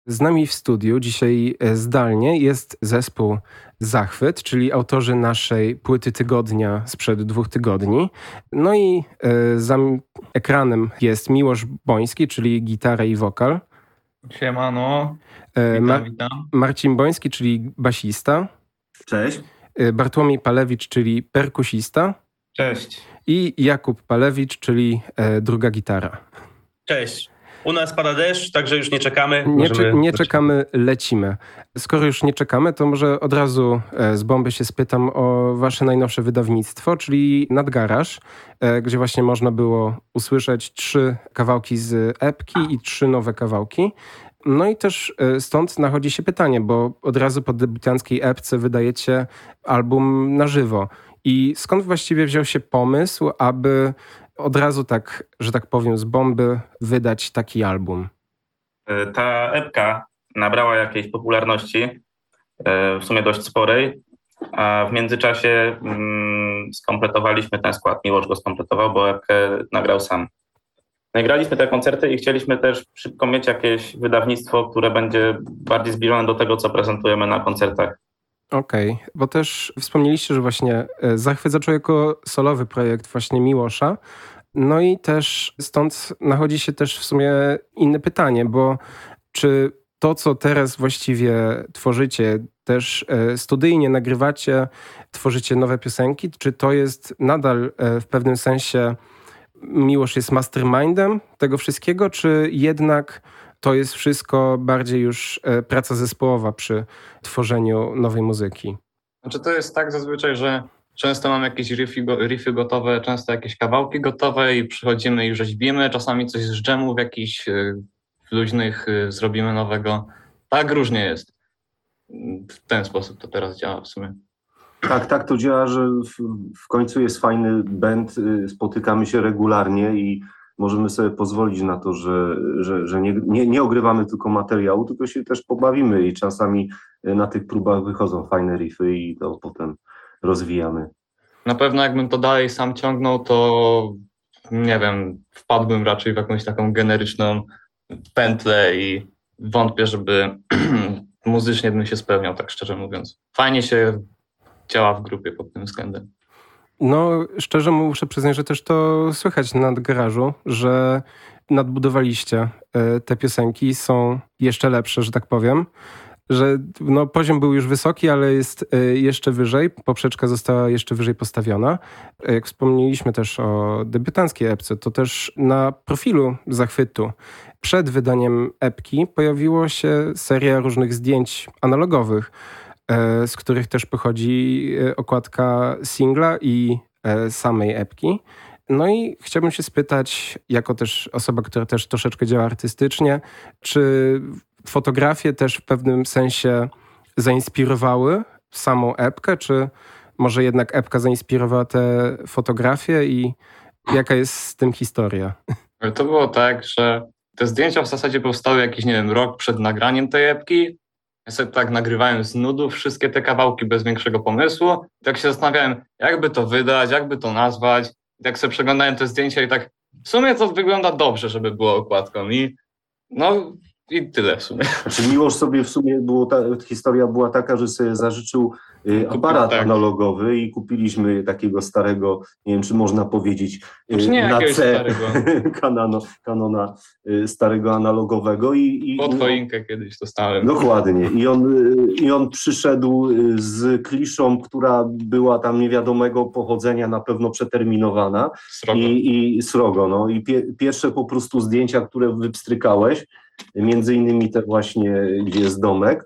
Z nami w studiu dzisiaj zdalnie jest zespół Zachwyt, czyli autorzy naszej płyty tygodnia sprzed 2 tygodni. No i za ekranem jest Miłosz Boński, czyli gitara i wokal. Siemano, witam. Marcin Boński, czyli basista. Cześć. Bartłomiej Palewicz, czyli perkusista. Cześć. I Jakub Palewicz, czyli druga gitara. Cześć. U nas pada deszcz, także już nie czekamy. Nie czekamy, lecimy. Skoro już nie czekamy, to może od razu z bomby się spytam o wasze najnowsze wydawnictwo, czyli Nadgaraż, gdzie właśnie można było usłyszeć 3 kawałki z epki i 3 nowe kawałki. No i też stąd nachodzi się pytanie, bo od razu po debiutanckiej epce wydajecie album na żywo. I skąd właściwie wziął się pomysł, aby od razu tak, że tak powiem, z bomby wydać taki album? Ta epka nabrała jakiejś popularności, w sumie dość sporej, a w międzyczasie skompletowaliśmy ten skład. Miłosz go skompletował, bo epkę nagrał sam. Nagraliśmy te koncerty i chcieliśmy też szybko mieć jakieś wydawnictwo, które będzie bardziej zbliżone do tego, co prezentujemy na koncertach. Okej, bo też wspomnieliście, że właśnie Zachwyt zaczął jako solowy projekt właśnie Miłosza. No i też stąd nachodzi się też w sumie inne pytanie, bo czy to, co teraz właściwie tworzycie, też studyjnie nagrywacie, tworzycie nowe piosenki, czy to jest nadal w pewnym sensie Miłosz jest mastermindem tego wszystkiego, czy jednak to jest wszystko bardziej już praca zespołowa przy tworzeniu nowej muzyki? Znaczy to jest tak zazwyczaj, że często mam jakieś riffy gotowe, często jakieś kawałki gotowe i przychodzimy i rzeźbimy. Czasami coś z dżemów jakichś luźnych zrobimy nowego. Tak różnie jest. W ten sposób to teraz działa w sumie. Tak to działa, że w końcu jest fajny band, spotykamy się regularnie i możemy sobie pozwolić na to, że nie ogrywamy tylko materiału, tylko się też pobawimy i czasami na tych próbach wychodzą fajne riffy i to potem rozwijamy. Na pewno jakbym to dalej sam ciągnął, to nie wiem, wpadłbym raczej w jakąś taką generyczną pętlę i wątpię, żeby muzycznie bym się spełniał, tak szczerze mówiąc. Fajnie się działa w grupie pod tym względem. No, szczerze muszę przyznać, że też to słychać na Nadgarażu, że nadbudowaliście te piosenki, są jeszcze lepsze, że tak powiem, że no, poziom był już wysoki, ale jest jeszcze wyżej, poprzeczka została jeszcze wyżej postawiona. Jak wspomnieliśmy też o debiutanckiej epce, to też na profilu Zachwytu przed wydaniem epki pojawiło się seria różnych zdjęć analogowych, z których też pochodzi okładka singla i samej epki. No i chciałbym się spytać, jako też osoba, która też troszeczkę działa artystycznie, czy fotografie też w pewnym sensie zainspirowały samą epkę, czy może jednak epka zainspirowała te fotografie i jaka jest z tym historia? To było tak, że te zdjęcia w zasadzie powstały jakiś, nie wiem, rok przed nagraniem tej epki. Ja sobie tak nagrywałem z nudów wszystkie te kawałki bez większego pomysłu. I tak się zastanawiałem, jakby to wydać, jakby to nazwać. I tak sobie przeglądałem te zdjęcia i tak w sumie to wygląda dobrze, żeby było okładką. I tyle w sumie. Znaczy Miłosz sobie w sumie historia była taka, że sobie zażyczył aparat analogowy i kupiliśmy takiego starego, nie wiem czy można powiedzieć, na C Canona starego analogowego. Pod choinkę kiedyś dostałem. Dokładnie. I on przyszedł z kliszą, która była tam niewiadomego pochodzenia, na pewno przeterminowana. Srogo. I srogo. No. I pierwsze po prostu zdjęcia, które wypstrykałeś, między innymi te właśnie, gdzie jest domek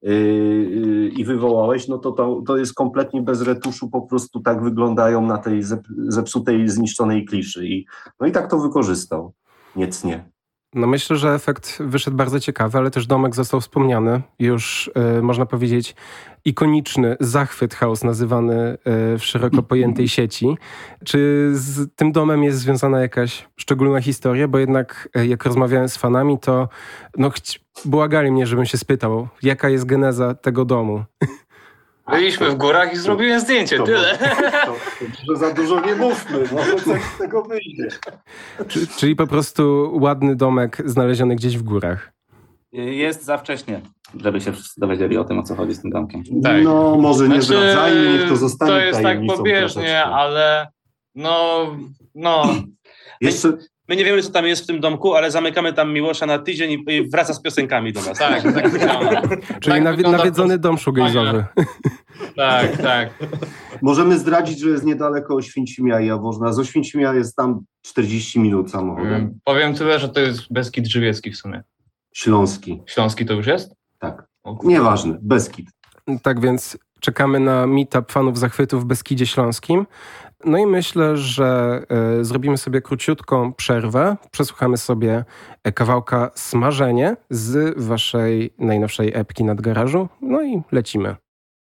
i wywołałeś, no to jest kompletnie bez retuszu, po prostu tak wyglądają na tej zepsutej, zniszczonej kliszy. I tak to wykorzystał, niecnie. No myślę, że efekt wyszedł bardzo ciekawy, ale też domek został wspomniany. Już można powiedzieć ikoniczny Zachwyt House nazywany w szeroko pojętej sieci. Czy z tym domem jest związana jakaś szczególna historia? Bo jednak jak rozmawiałem z fanami, to błagali mnie, żebym się spytał, jaka jest geneza tego domu. Byliśmy w górach i zrobiłem zdjęcie, tyle. Że za dużo nie mówmy, może coś z tego wyjdzie. Czyli po prostu ładny domek znaleziony gdzieś w górach. Jest za wcześnie, żeby się wszyscy dowiedzieli o tym, o co chodzi z tym domkiem. Tak. No może nie zdradzajmy, niech to zostanie To jest tak tajemnicą pobieżnie, troszeczkę. ale no. Jeszcze... My nie wiemy, co tam jest w tym domku, ale zamykamy tam Miłosza na tydzień i wraca z piosenkami do nas. Tak wygląda. Czyli Tak wygląda nawiedzony dom shoegaze'owy. Tak. Możemy zdradzić, że jest niedaleko Oświęcimia i Jaworzna. Z Oświęcimia jest tam 40 minut samochodem. Powiem tyle, że to jest Beskid Żywiecki w sumie. Śląski. Śląski to już jest? Tak. Nieważne, Beskid. Tak więc czekamy na meetup fanów zachwytu w Beskidzie Śląskim. No i myślę, że zrobimy sobie króciutką przerwę. Przesłuchamy sobie kawałka Smażenie z waszej najnowszej epki Nadgarażu. No i lecimy.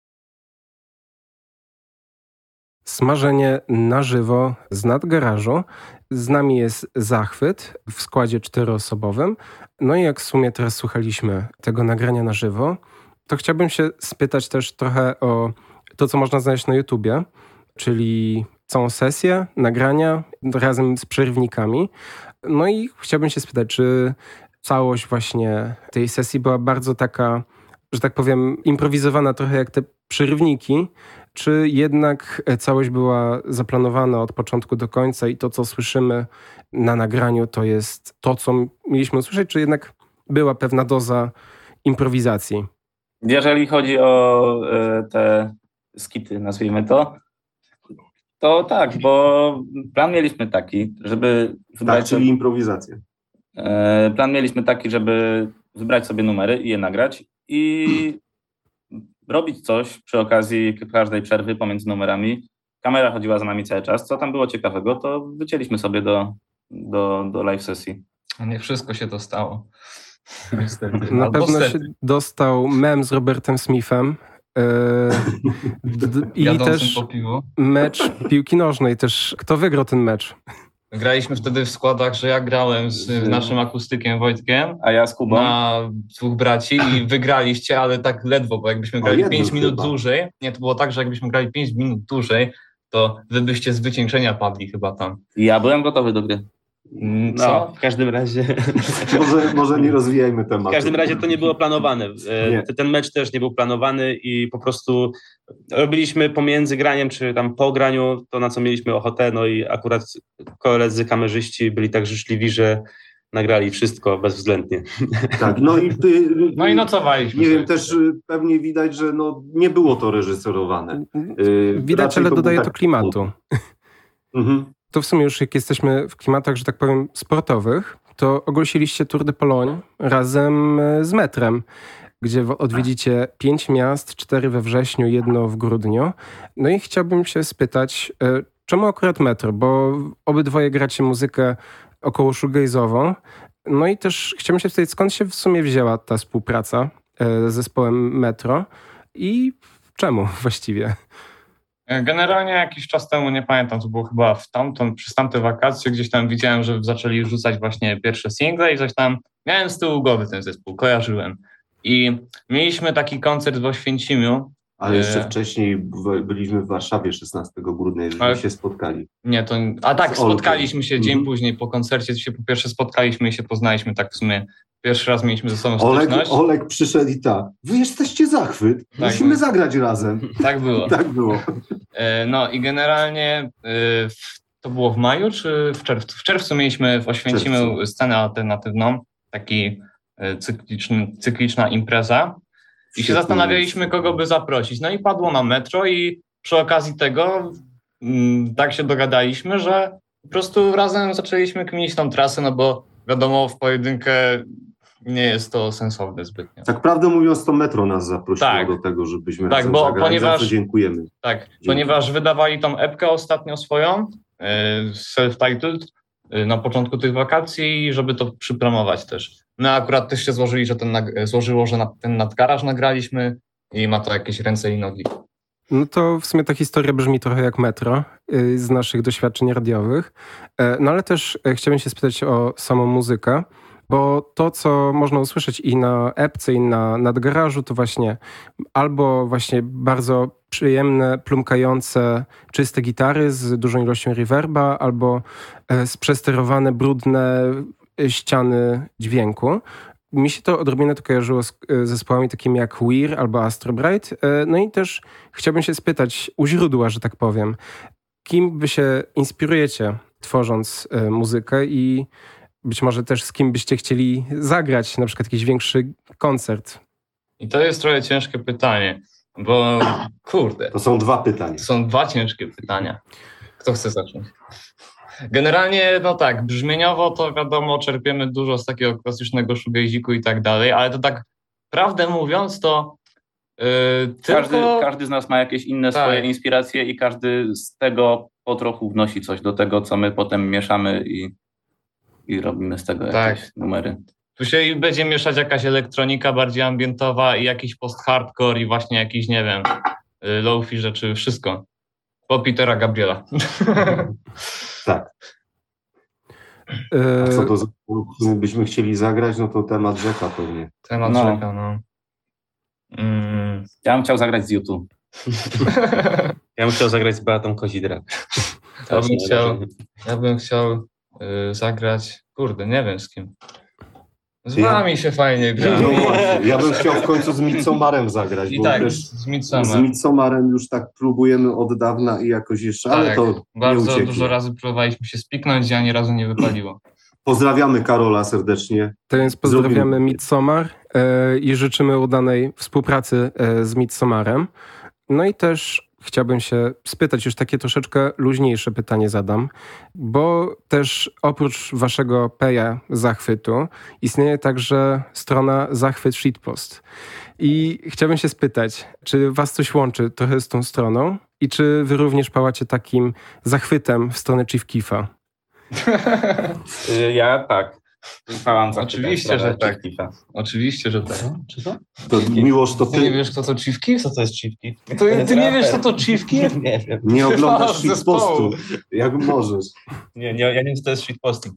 Smażenie na żywo z Nadgarażu. Z nami jest Zachwyt w składzie 4-osobowym. No i jak w sumie teraz słuchaliśmy tego nagrania na żywo, to chciałbym się spytać też trochę o to, co można znaleźć na YouTubie, czyli całą sesję, nagrania razem z przerywnikami. No i chciałbym się spytać, czy całość właśnie tej sesji była bardzo taka, że tak powiem, improwizowana trochę jak te przerywniki, czy jednak całość była zaplanowana od początku do końca i to, co słyszymy na nagraniu, to jest to, co mieliśmy usłyszeć, czy jednak była pewna doza improwizacji? Jeżeli chodzi o te skity, nazwijmy to tak, bo plan mieliśmy taki, żeby wybrać... Tak, czyli improwizacja. Plan mieliśmy taki, żeby wybrać sobie numery i je nagrać i robić coś przy okazji każdej przerwy pomiędzy numerami. Kamera chodziła za nami cały czas. Co tam było ciekawego, to wycięliśmy sobie do live sesji. A nie wszystko się to stało. Niestety. Na pewno się dostał mem z Robertem Smithem. I też po piwu. mecz piłki nożnej też. Kto wygrał ten mecz? Graliśmy wtedy w składach, że ja grałem z naszym akustykiem Wojtkiem, a ja z Kubą na dwóch braci i wygraliście, ale tak ledwo, bo jakbyśmy grali 5 minut chyba dłużej, nie, to było tak, że jakbyśmy grali 5 minut dłużej, to wy byście z wycieńczenia padli chyba tam. Ja byłem gotowy do gry. Co? No, w każdym razie... Może nie rozwijajmy tematu. W każdym razie to nie było planowane. Nie. Ten mecz też nie był planowany i po prostu robiliśmy pomiędzy graniem, czy tam po graniu to, na co mieliśmy ochotę, no i akurat koledzy kamerzyści byli tak życzliwi, że nagrali wszystko bezwzględnie. Tak, no i nocowaliśmy. Nie wiem, też pewnie widać, że nie było to reżyserowane. Widać, ale dodaje to klimatu. Mhm. To w sumie już jak jesteśmy w klimatach, że tak powiem, sportowych, to ogłosiliście Tour de Pologne razem z metrem, gdzie odwiedzicie 5 miast, 4 we wrześniu, 1 w grudniu. No i chciałbym się spytać, czemu akurat metro? Bo obydwoje gracie muzykę około shoegaze'ową. No i też chciałbym się spytać, skąd się w sumie wzięła ta współpraca z zespołem Metro i czemu właściwie? Generalnie jakiś czas temu, nie pamiętam, to było chyba przez tamte wakacje, gdzieś tam widziałem, że zaczęli rzucać właśnie pierwsze single i coś tam, miałem z tyłu głowy ten zespół, kojarzyłem. I mieliśmy taki koncert w Oświęcimiu. Ale jeszcze wcześniej byliśmy w Warszawie 16 grudnia, jeżeli się spotkali. Nie, spotkaliśmy się dzień później po koncercie, się po pierwsze spotkaliśmy i się poznaliśmy tak w sumie. Pierwszy raz mieliśmy ze sobą styczność. Olek przyszedł i tak, wy jesteście Zachwyt, musimy zagrać razem. Tak było. Tak było. No i generalnie to było w maju czy w czerwcu? W czerwcu mieliśmy w Oświęcimiu scenę alternatywną, taki cykliczna impreza i się zastanawialiśmy, kogo by zaprosić. No i padło na Metro i przy okazji tego tak się dogadaliśmy, że po prostu razem zaczęliśmy kminić tą trasę, no bo wiadomo, w pojedynkę nie jest to sensowne zbytnio. Tak prawdę mówiąc, to Metro nas zaprosiło do tego, żebyśmy razem zagrali, za co dziękujemy. Tak, ponieważ wydawali tą epkę ostatnio swoją, self-titled, na początku tych wakacji, żeby to przypromować też. No akurat też się złożyło, że ten Nadgaraż nagraliśmy i ma to jakieś ręce i nogi. No to w sumie ta historia brzmi trochę jak Metro z naszych doświadczeń radiowych. No ale też chciałbym się spytać o samą muzykę, bo to, co można usłyszeć i na epce, i na Nadgarażu, to właśnie albo właśnie bardzo przyjemne, plumkające, czyste gitary z dużą ilością reverba, albo sprzesterowane, brudne ściany dźwięku. mi się to odrobinę to kojarzyło z zespołami takimi jak Weir albo Astro Bright. No i też chciałbym się spytać u źródła, że tak powiem, kim wy się inspirujecie tworząc muzykę i być może też z kim byście chcieli zagrać na przykład jakiś większy koncert? I to jest trochę ciężkie pytanie, bo kurde. To są 2 pytania. To są 2 ciężkie pytania. Kto chce zacząć? Generalnie, no tak, brzmieniowo to wiadomo, czerpiemy dużo z takiego klasycznego shoegaziku i tak dalej, ale to tak prawdę mówiąc to Każdy z nas ma jakieś inne swoje inspiracje i każdy z tego po trochu wnosi coś do tego, co my potem mieszamy i robimy z tego jakieś numery. Tu się będzie mieszać jakaś elektronika bardziej ambientowa i jakiś post-hardcore i właśnie jakiś, nie wiem, lo-fi rzeczy, wszystko. Po Petera Gabriela. Tak. A co to byśmy chcieli zagrać? No to temat rzeka pewnie. Temat rzeka, no. Ja bym chciał zagrać z YouTube. Ja bym chciał zagrać z Beatą Kozidrak. Ja bym chciał zagrać, kurde, nie wiem z kim. Z wami się fajnie gra. No właśnie, ja bym chciał w końcu z Midsommarem zagrać. I bo tak, też z Midsommarem. Z Midsommarem już tak próbujemy od dawna i jakoś jeszcze, ale to bardzo dużo razy próbowaliśmy się spiknąć i ani razu nie wypaliło. Pozdrawiamy Karola serdecznie. To więc pozdrawiamy Midsommar i życzymy udanej współpracy z Midsommarem. No i też chciałbym się spytać, już takie troszeczkę luźniejsze pytanie zadam, bo też oprócz waszego peja Zachwytu istnieje także strona Zachwyt Shitpost. I chciałbym się spytać, czy was coś łączy trochę z tą stroną i czy wy również pałacie takim zachwytem w stronę Chief Keefa? Ja tak. Oczywiście, że tak. Oczywiście, że tak. Czy to? To Miłosz, to Ty nie wiesz, kto to Chief Keef? Co to jest Chief Keef? Ty nie wiesz, co to Chief Keef? Nie wiem. Nie oglądasz shitpostu. Jak możesz. Ja nie wiem, co to jest shitposting.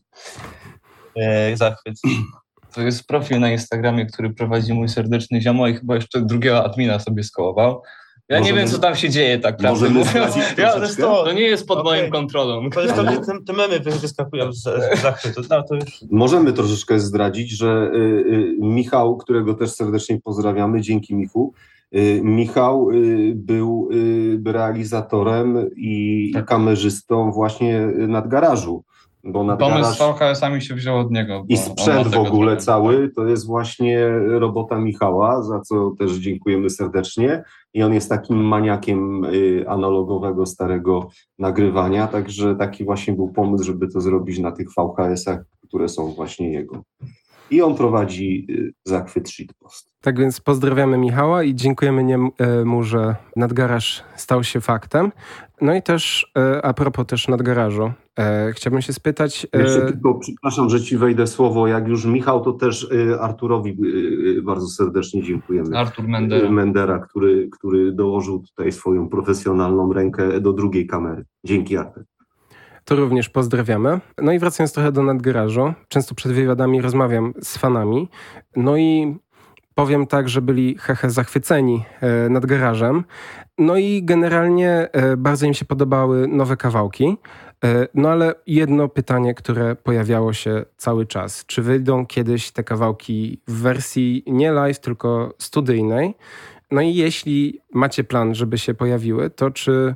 Zachwyt. To jest profil na Instagramie, który prowadzi mój serdeczny ziomo i chyba jeszcze drugiego admina sobie skołował. Ja nie wiem, co tam się dzieje, tak prawdę mówiąc. To nie jest pod moją kontrolą. To jest to, że te memy wyskakują z zachwytu. No, to już... Możemy troszeczkę zdradzić, że Michał, którego też serdecznie pozdrawiamy, dzięki Michu, Michał był realizatorem i kamerzystą właśnie Nadgarażu. Bo pomysł z VHS-ami się wziął od niego. I sprzęt w ogóle cały to jest właśnie robota Michała, za co też dziękujemy serdecznie. I on jest takim maniakiem analogowego, starego nagrywania, także taki właśnie był pomysł, żeby to zrobić na tych VHS-ach, które są właśnie jego. I on prowadzi Zachwyt Shitpost. Tak więc pozdrawiamy Michała i dziękujemy mu, że Nadgaraż stał się faktem. No i też a propos też Nadgarażu, chciałbym się spytać... Jeszcze tylko, przepraszam, że ci wejdę słowo, jak już Michał, to też Arturowi bardzo serdecznie dziękujemy. Artur Mendera, który dołożył tutaj swoją profesjonalną rękę do drugiej kamery. Dzięki, Artur. To również pozdrawiamy. No i wracając trochę do Nadgarażu, często przed wywiadami rozmawiam z fanami, no i powiem tak, że byli zachwyceni Nadgarażem. No i generalnie bardzo im się podobały nowe kawałki. No ale jedno pytanie, które pojawiało się cały czas. Czy wyjdą kiedyś te kawałki w wersji nie live, tylko studyjnej? No i jeśli macie plan, żeby się pojawiły, to czy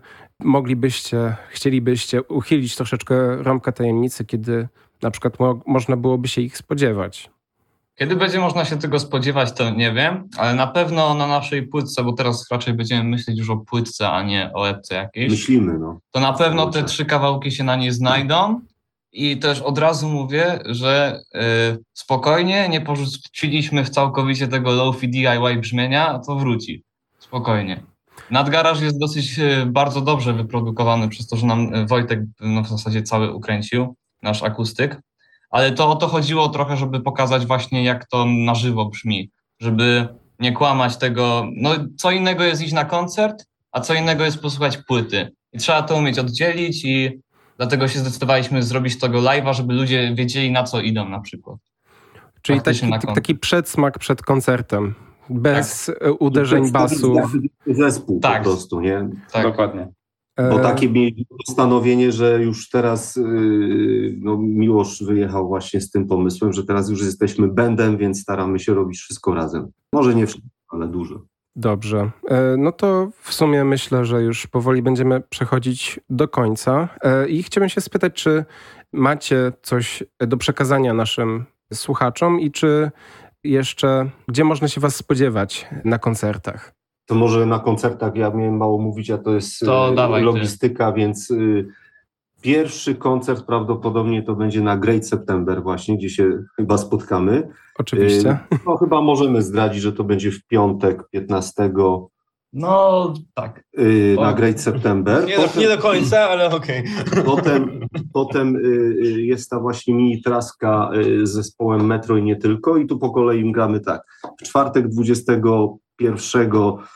chcielibyście uchylić troszeczkę rąbka tajemnicy, kiedy na przykład można byłoby się ich spodziewać? Kiedy będzie można się tego spodziewać, to nie wiem, ale na pewno na naszej płytce, bo teraz raczej będziemy myśleć już o płytce, a nie o epce jakiejś. Myślimy, no. To na pewno te 3 kawałki się na niej znajdą i też od razu mówię, że spokojnie, nie porzuciliśmy całkowicie tego lo-fi DIY brzmienia, to wróci. Spokojnie. Nadgaraż jest dosyć bardzo dobrze wyprodukowany przez to, że nam Wojtek w zasadzie cały ukręcił, nasz akustyk. Ale to o to chodziło trochę, żeby pokazać właśnie, jak to na żywo brzmi. Żeby nie kłamać tego. No, co innego jest iść na koncert, a co innego jest posłuchać płyty. I trzeba to umieć oddzielić i dlatego się zdecydowaliśmy zrobić tego live'a, żeby ludzie wiedzieli, na co idą na przykład. Czyli taki przedsmak przed koncertem. Bez uderzeń basów. Zespół po prostu, nie? Tak. Dokładnie. Bo takie mieli postanowienie, że już teraz Miłosz wyjechał właśnie z tym pomysłem, że teraz już jesteśmy bandem, więc staramy się robić wszystko razem. Może nie wszystko, ale dużo. Dobrze. No to w sumie myślę, że już powoli będziemy przechodzić do końca. I chciałbym się spytać, czy macie coś do przekazania naszym słuchaczom i czy jeszcze, gdzie można się was spodziewać na koncertach? To może na koncertach, ja miałem mało mówić, a to jest logistyka, więc pierwszy koncert prawdopodobnie to będzie na Great September właśnie, gdzie się chyba spotkamy. Oczywiście. No chyba możemy zdradzić, że to będzie w piątek 15. No tak. Na Great September. Nie do końca, ale okej. Potem jest ta właśnie mini traska z zespołem Metro i nie tylko i tu po kolei gramy tak. W czwartek 21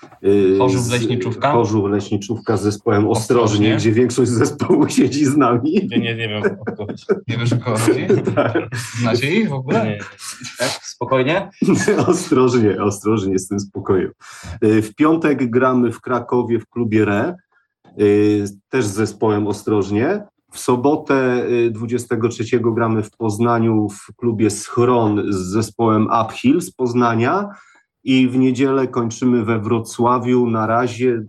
Chorzów Leśniczówka z zespołem Ostrożnie, gdzie większość zespołu siedzi z nami. Nie wiem o kogo chodzi. Nie wiesz o kogo chodzi? Znacie ich w ogóle? Nie. Tak? Spokojnie? Ostrożnie z tym spokojem. W piątek gramy w Krakowie w klubie Re, też z zespołem Ostrożnie. W sobotę 23 gramy w Poznaniu w klubie Schron z zespołem Uphill z Poznania. I w niedzielę kończymy we Wrocławiu. Na razie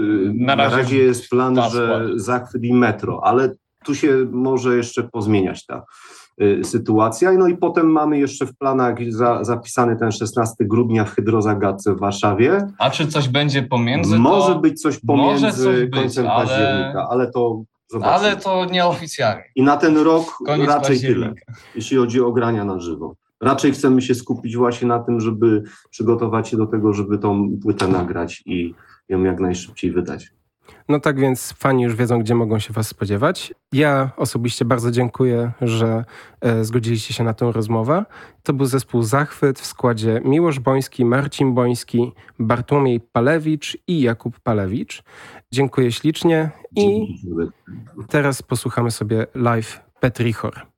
jest plan, że Zachwyt i Metro, ale tu się może jeszcze pozmieniać ta sytuacja. No i potem mamy jeszcze w planach zapisany ten 16 grudnia w Hydrozagadce w Warszawie. A czy coś będzie pomiędzy? Może być coś pomiędzy końcem października, ale to zobaczymy. Ale to nieoficjalnie. I na ten rok Koniec raczej tyle, jeśli chodzi o grania na żywo. Raczej chcemy się skupić właśnie na tym, żeby przygotować się do tego, żeby tą płytę nagrać i ją jak najszybciej wydać. No tak więc fani już wiedzą, gdzie mogą się was spodziewać. Ja osobiście bardzo dziękuję, że zgodziliście się na tę rozmowę. To był zespół Zachwyt w składzie Miłosz Boński, Marcin Boński, Bartłomiej Palewicz i Jakub Palewicz. Dziękuję ślicznie i teraz posłuchamy sobie live Petrichor.